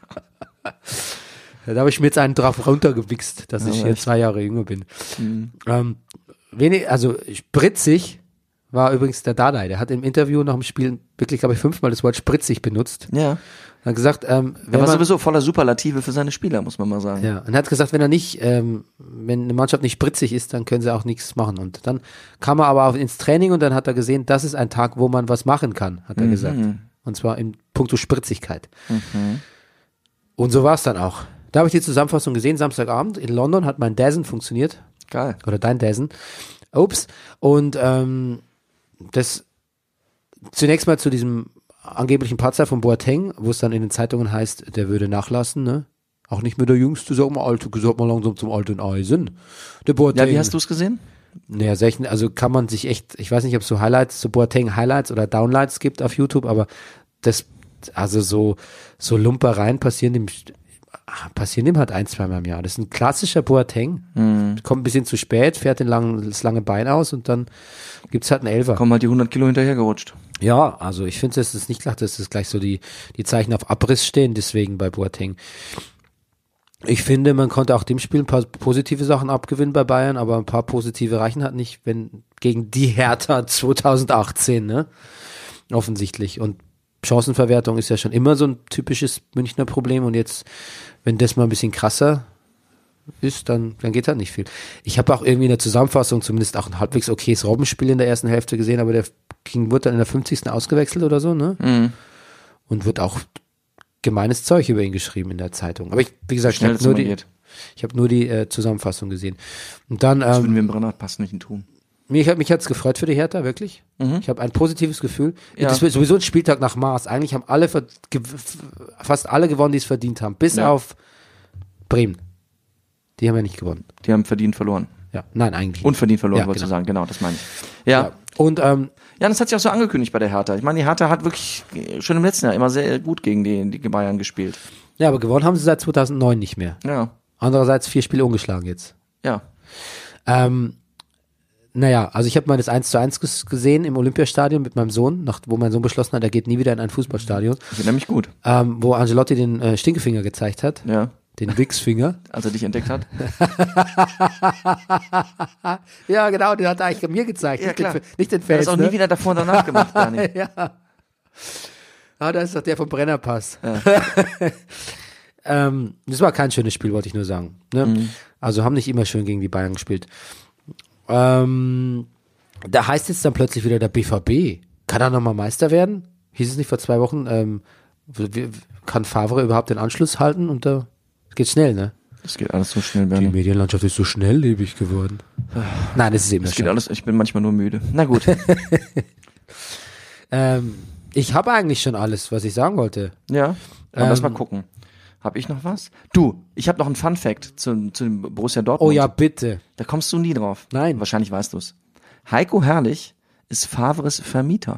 Da habe ich mir jetzt einen drauf runtergewichst, dass ich hier 2 Jahre jünger bin. Mhm. Also spritzig war übrigens der Dardai. Der hat im Interview nach dem Spiel wirklich, glaube ich, 5-mal das Wort spritzig benutzt. Ja. Er hat gesagt, er war sowieso voller Superlative für seine Spieler, muss man mal sagen. Ja, und er hat gesagt, wenn eine Mannschaft nicht spritzig ist, dann können sie auch nichts machen. Und dann kam er aber ins Training und dann hat er gesehen, das ist ein Tag, wo man was machen kann, hat er gesagt. Und zwar in puncto Spritzigkeit. Und so war es dann auch. Da habe ich die Zusammenfassung gesehen, Samstagabend in London hat mein DAZN funktioniert. Geil. Oder dein DAZN. Ups. Und das zunächst mal zu diesem angeblichen Patzer von Boateng, wo es dann in den Zeitungen heißt, der würde nachlassen, ne? Auch nicht mehr der Jüngste, sag mal langsam zum alten Eisen. Der Boateng. Ja, wie hast du es gesehen? Naja, also kann man sich echt, ich weiß nicht, ob es so Boateng Highlights oder Downlights gibt auf YouTube, aber das, also so Lumpereien passieren dem halt 1-2 Mal im Jahr. Das ist ein klassischer Boateng. Kommt ein bisschen zu spät, fährt das lange Bein aus und dann gibt's halt einen Elfer. Kommen halt die 100 Kilo hinterhergerutscht. Ja, also ich finde, das ist nicht klar, dass das gleich so die Zeichen auf Abriss stehen, deswegen bei Boateng. Ich finde, man konnte auch dem Spiel ein paar positive Sachen abgewinnen bei Bayern, aber ein paar positive reichen halt nicht, wenn gegen die Hertha 2018, ne? Offensichtlich. Und Chancenverwertung ist ja schon immer so ein typisches Münchner Problem und jetzt, wenn das mal ein bisschen krasser ist, dann geht halt nicht viel. Ich habe auch irgendwie in der Zusammenfassung zumindest auch ein halbwegs okayes Robbenspiel in der ersten Hälfte gesehen, aber der wurde dann in der 50. ausgewechselt oder so, ne? Und wird auch gemeines Zeug über ihn geschrieben in der Zeitung. Aber wie gesagt, ich habe nur die Zusammenfassung gesehen. Und dann das würden wir im Brennerpass nicht tun. Mich hat's gefreut für die Hertha, wirklich. Ich habe ein positives Gefühl. Ja. Das wird sowieso ein Spieltag nach Maß. Eigentlich haben fast alle gewonnen, die es verdient haben. Bis auf Bremen. Die haben ja nicht gewonnen. Die haben verdient verloren. Ja, nein, eigentlich. Unverdient verloren, wollte ich sagen. Genau, das meine ich. Ja. Und ja, das hat sich auch so angekündigt bei der Hertha. Ich meine, die Hertha hat wirklich schon im letzten Jahr immer sehr gut gegen die Bayern gespielt. Ja, aber gewonnen haben sie seit 2009 nicht mehr. Ja. Andererseits 4 Spiele ungeschlagen jetzt. Ja. Naja, also ich habe mal das 1:1 gesehen im Olympiastadion mit meinem Sohn, wo mein Sohn beschlossen hat, er geht nie wieder in ein Fußballstadion. Ich bin nämlich gut. Wo Ancelotti den Stinkefinger gezeigt hat. Ja. Den Wichsfinger. Als er dich entdeckt hat. Ja, genau, den hat er eigentlich mir gezeigt. Ja, klar. Nicht den Fans. Das auch nie wieder davor und danach gemacht, gar nicht. Ja. Da ist doch der vom Brennerpass. Ja. Das war kein schönes Spiel, wollte ich nur sagen. Ne? Also haben nicht immer schön gegen die Bayern gespielt. Da heißt jetzt dann plötzlich wieder der BVB. Kann er nochmal Meister werden? Hieß es nicht vor 2 Wochen, kann Favre überhaupt den Anschluss halten? Und da geht schnell, ne? Das geht alles so schnell, Bernie. Die Medienlandschaft ist so schnelllebig geworden. Nein, das ist eben geht alles. Ich bin manchmal nur müde. Na gut. Ich habe eigentlich schon alles, was ich sagen wollte. Ja, lass mal gucken. Hab ich noch was? Du, ich habe noch einen Fun-Fact zu dem Borussia Dortmund. Oh ja, bitte. Da kommst du nie drauf. Nein. Wahrscheinlich weißt du's. Heiko Herrlich ist Favres Vermieter.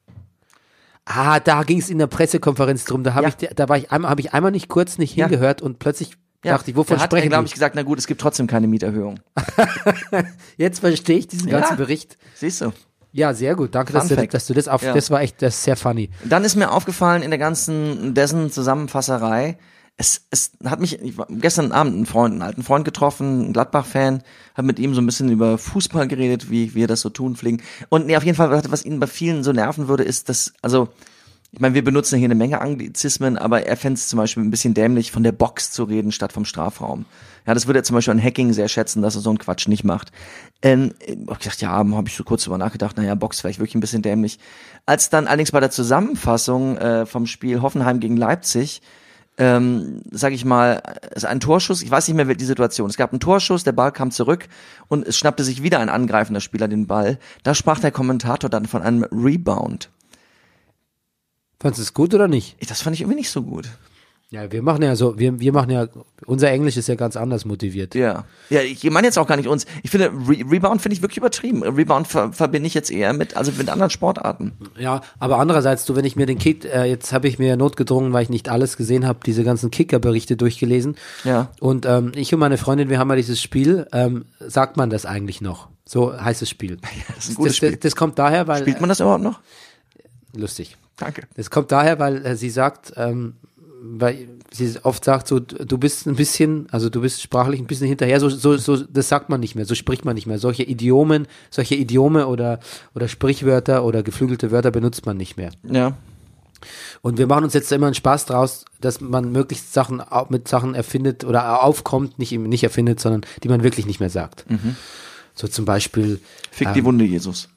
Da ging es in der Pressekonferenz drum. Da habe ich einmal nicht hingehört und plötzlich dachte ich, wovon sprechen die? Da habe ich gesagt, na gut, es gibt trotzdem keine Mieterhöhung. Jetzt verstehe ich diesen ganzen Bericht. Siehst du. Ja, sehr gut. Danke, dass du das auf. Ja. Das war echt, das ist sehr funny. Dann ist mir aufgefallen in der ganzen dessen Zusammenfasserei, es hat mich gestern Abend einen alten Freund getroffen, einen Gladbach-Fan, habe mit ihm so ein bisschen über Fußball geredet, wie wir das so tun pflegen. Und auf jeden Fall, was ihn bei vielen so nerven würde, ist, dass, also, ich meine, wir benutzen hier eine Menge Anglizismen, aber er fände es zum Beispiel ein bisschen dämlich, von der Box zu reden statt vom Strafraum. Ja, das würde er zum Beispiel an Hacking sehr schätzen, dass er so einen Quatsch nicht macht. Ich habe gedacht, ja, habe ich so kurz drüber nachgedacht, naja, Box vielleicht wirklich ein bisschen dämlich. Als dann allerdings bei der Zusammenfassung vom Spiel Hoffenheim gegen Leipzig, sag ich mal, ist ein Torschuss, ich weiß nicht mehr die Situation. Es gab einen Torschuss, der Ball kam zurück und es schnappte sich wieder ein angreifender Spieler den Ball. Da sprach der Kommentator dann von einem Rebound. Fandest du es gut oder nicht? Das fand ich irgendwie nicht so gut. Ja, wir machen ja, unser Englisch ist ja ganz anders motiviert. Ja, ich meine jetzt auch gar nicht uns. Ich finde, Rebound finde ich wirklich übertrieben. Rebound verbinde ich jetzt eher mit anderen Sportarten. Ja, aber andererseits, wenn ich mir den Kick, jetzt habe ich mir notgedrungen, weil ich nicht alles gesehen habe, diese ganzen Kicker-Berichte durchgelesen. Ja. Und ich und meine Freundin, wir haben ja dieses Spiel, sagt man das eigentlich noch? So heißt das Spiel. Ja, das ist ein gutes Spiel. Das kommt daher, weil... Spielt man das überhaupt noch? Lustig. Danke. Das kommt daher, weil sie sagt, weil sie oft sagt, so, du bist sprachlich ein bisschen hinterher, das sagt man nicht mehr, so spricht man nicht mehr. Solche Idiome oder Sprichwörter oder geflügelte Wörter benutzt man nicht mehr. Ja. Und wir machen uns jetzt immer einen Spaß draus, dass man möglichst Sachen erfindet oder aufkommt, nicht erfindet, sondern die man wirklich nicht mehr sagt. Mhm. So zum Beispiel. Fick die Wunde, Jesus.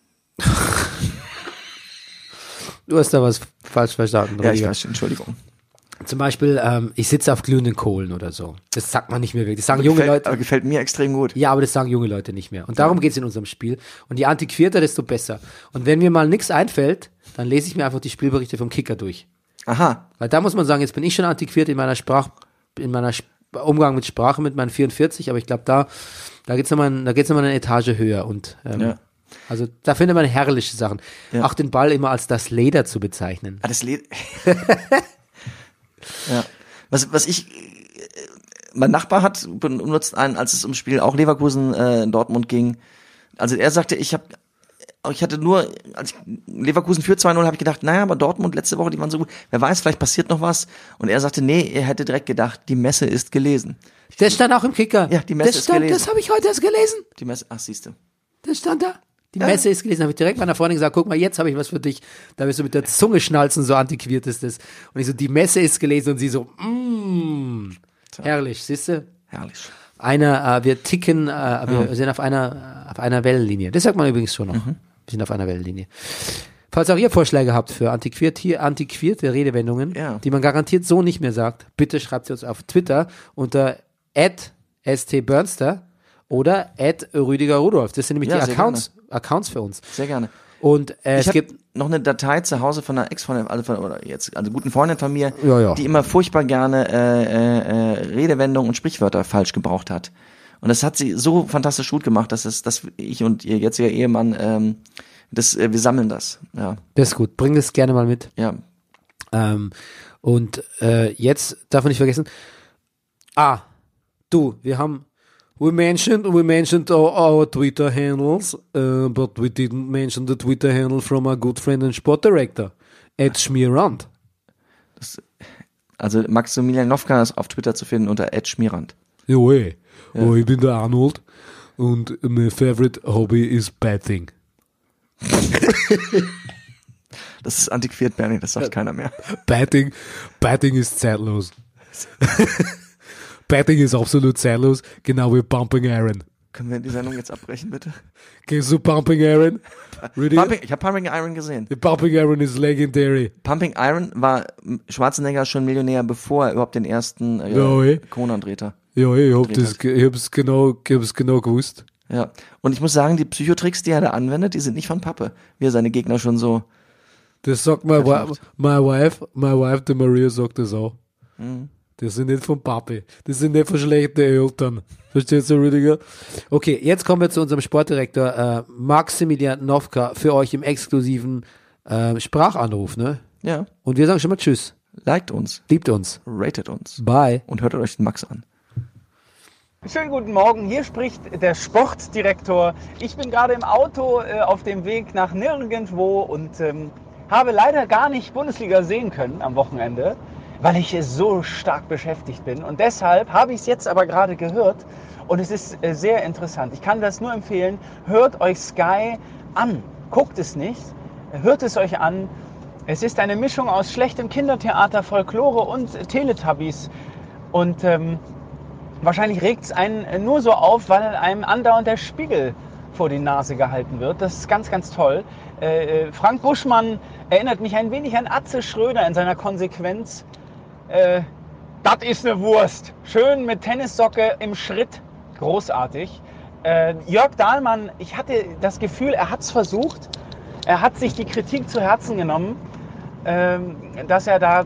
Du hast da was falsch verstanden. Ja, ich weiß, Entschuldigung. Zum Beispiel, ich sitze auf glühenden Kohlen oder so. Das sagt man nicht mehr wirklich. Das sagen junge Leute. Aber gefällt mir extrem gut. Ja, aber das sagen junge Leute nicht mehr. Und darum geht's in unserem Spiel. Und je antiquierter, desto besser. Und wenn mir mal nichts einfällt, dann lese ich mir einfach die Spielberichte vom Kicker durch. Aha. Weil da muss man sagen, jetzt bin ich schon antiquiert in meiner Umgang mit Sprache mit meinen 44, aber ich glaube, da geht's nochmal eine Etage höher. Und also da findet man herrliche Sachen. Ja. Auch den Ball immer als das Leder zu bezeichnen. Das Leder. Ja. Mein Nachbar benutzt einen, als es ums Spiel auch Leverkusen Dortmund ging. Also er sagte, ich hatte nur, als ich Leverkusen für 2-0 habe ich gedacht, naja, aber Dortmund letzte Woche, die waren so gut, wer weiß, vielleicht passiert noch was. Und er sagte, nee, er hätte direkt gedacht, die Messe ist gelesen. Das stand auch im Kicker. Ja, die Messe ist gelesen. Das habe ich heute erst gelesen. Die Messe, siehst du. Das stand da. Die Messe ist gelesen, habe ich direkt meiner Freundin gesagt, guck mal, jetzt habe ich was für dich. Da wirst du mit der Zunge schnalzen, so antiquiert ist das. Und ich so, die Messe ist gelesen und sie so, herrlich, siehst du? Herrlich. Wir ticken, wir sind auf einer Wellenlinie. Das sagt man übrigens schon noch. Wir sind auf einer Wellenlinie. Falls auch ihr Vorschläge habt für antiquierte Redewendungen, die man garantiert so nicht mehr sagt, bitte schreibt sie uns auf Twitter unter @stbernster oder @Rüdiger-Rudolf. Das sind nämlich die Accounts für uns. Sehr gerne. Und es gibt noch eine Datei zu Hause von einer Ex-Freundin, also guten Freundin von mir, die immer furchtbar gerne Redewendungen und Sprichwörter falsch gebraucht hat. Und das hat sie so fantastisch gut gemacht, dass ich und ihr jetziger Ehemann, wir sammeln das. Ja. Das ist gut. Bring das gerne mal mit. Ja. Und jetzt darf man nicht vergessen. We mentioned our Twitter handles, but we didn't mention the Twitter handle from our good friend and sport director, @Schmierand. Also Maximilian Nowka ist auf Twitter zu finden unter @Schmierand. Ja. Ich bin der Arnold und mein favorite hobby is betting. Das ist antiquiert, Bernie, das sagt keiner mehr. Betting ist zeitlos. Betting ist absolut zeitlos, genau wie Pumping Iron. Können wir die Sendung jetzt abbrechen, bitte? Kennst du Pumping Iron? Ich habe Pumping Iron gesehen. The Pumping Iron is legendary. Pumping Iron war Schwarzenegger schon Millionär, bevor er überhaupt den ersten Conan drehte. Ja, ich hab's genau gewusst. Ja, und ich muss sagen, die Psychotricks, die er da anwendet, die sind nicht von Pappe, wie er seine Gegner schon so. Das sagt my wife, die Maria sagt das auch. Mhm. Das sind nicht von Papi. Das sind nicht von schlechten Eltern. Verstehst du, Rüdiger? Okay, jetzt kommen wir zu unserem Sportdirektor Maximilian Nowka für euch im exklusiven Sprachanruf, ne? Ja. Und wir sagen schon mal Tschüss. Liked uns. Liebt uns. Ratet uns. Bye. Und hört euch den Max an. Schönen guten Morgen, hier spricht der Sportdirektor. Ich bin gerade im Auto auf dem Weg nach nirgendwo und habe leider gar nicht Bundesliga sehen können am Wochenende, weil ich so stark beschäftigt bin. Und deshalb habe ich es jetzt aber gerade gehört und es ist sehr interessant. Ich kann das nur empfehlen, hört euch Sky an. Guckt es nicht, hört es euch an. Es ist eine Mischung aus schlechtem Kindertheater, Folklore und Teletubbies. Und wahrscheinlich regt es einen nur so auf, weil einem andauernd der Spiegel vor die Nase gehalten wird. Das ist ganz, ganz toll. Frank Buschmann erinnert mich ein wenig an Atze Schröder in seiner Konsequenz. Das ist eine Wurst. Schön mit Tennissocke im Schritt. Großartig. Jörg Dahlmann, ich hatte das Gefühl, er hat es versucht. Er hat sich die Kritik zu Herzen genommen, dass er da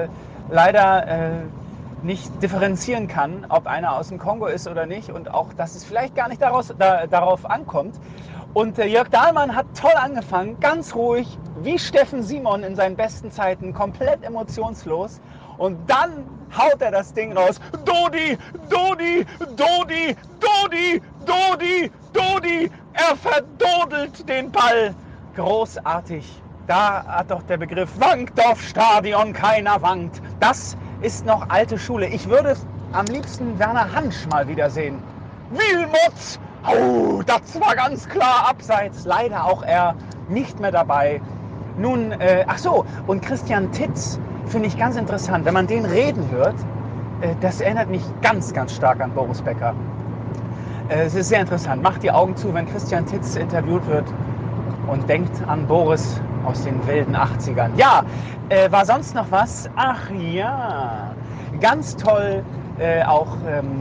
leider nicht differenzieren kann, ob einer aus dem Kongo ist oder nicht und auch, dass es vielleicht gar nicht darauf ankommt. Und Jörg Dahlmann hat toll angefangen, ganz ruhig, wie Steffen Simon in seinen besten Zeiten, komplett emotionslos. Und dann haut er das Ding raus. Dodi, Dodi, Dodi, Dodi, Dodi, Dodi. Er verdodelt den Ball. Großartig. Da hat doch der Begriff Wankdorfstadion keiner wankt. Das ist noch alte Schule. Ich würde am liebsten Werner Hansch mal wiedersehen. Wilmot! Oh, das war ganz klar abseits. Leider auch er nicht mehr dabei. Nun, und Christian Titz finde ich ganz interessant. Wenn man den reden hört, das erinnert mich ganz, ganz stark an Boris Becker. Es ist sehr interessant. Macht die Augen zu, wenn Christian Titz interviewt wird und denkt an Boris aus den wilden 80ern. Ja, war sonst noch was? Ach ja, ganz toll auch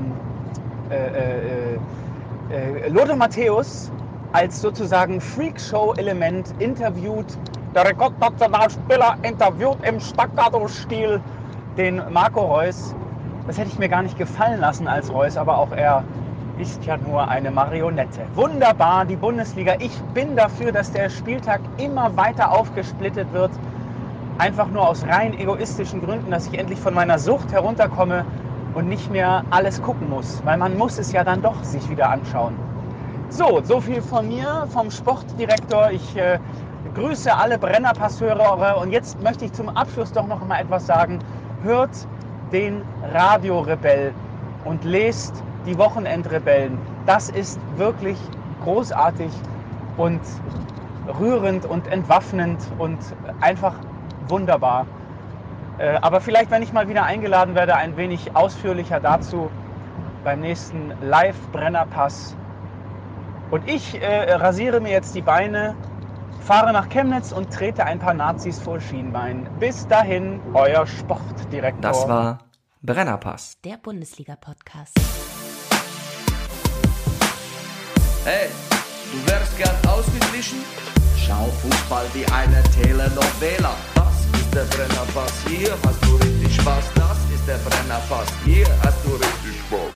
Lothar Matthäus als sozusagen Freakshow-Element interviewt. Der Rekordnationalspieler interviewt im Staccato-Stil den Marco Reus. Das hätte ich mir gar nicht gefallen lassen als Reus, aber auch er ist ja nur eine Marionette. Wunderbar, die Bundesliga. Ich bin dafür, dass der Spieltag immer weiter aufgesplittet wird. Einfach nur aus rein egoistischen Gründen, dass ich endlich von meiner Sucht herunterkomme und nicht mehr alles gucken muss. Weil man muss es ja dann doch sich wieder anschauen. So viel von mir, vom Sportdirektor. Ich grüße alle Brennerpass-Hörer. Und jetzt möchte ich zum Abschluss doch noch mal etwas sagen. Hört den Radiorebell und lest die Wochenendrebellen. Das ist wirklich großartig und rührend und entwaffnend und einfach wunderbar. Aber vielleicht, wenn ich mal wieder eingeladen werde, ein wenig ausführlicher dazu beim nächsten Live-Brennerpass. Und ich rasiere mir jetzt die Beine, fahre nach Chemnitz und trete ein paar Nazis vor Schienbein. Bis dahin, euer Sportdirektor. Das war Brennerpass. Der Bundesliga-Podcast. Hey, du wärst gern ausgeglichen? Schau Fußball wie eine Telenovela. Das ist der Brennerpass, hier hast du richtig Spaß. Das ist der Brennerpass, hier hast du richtig Spaß.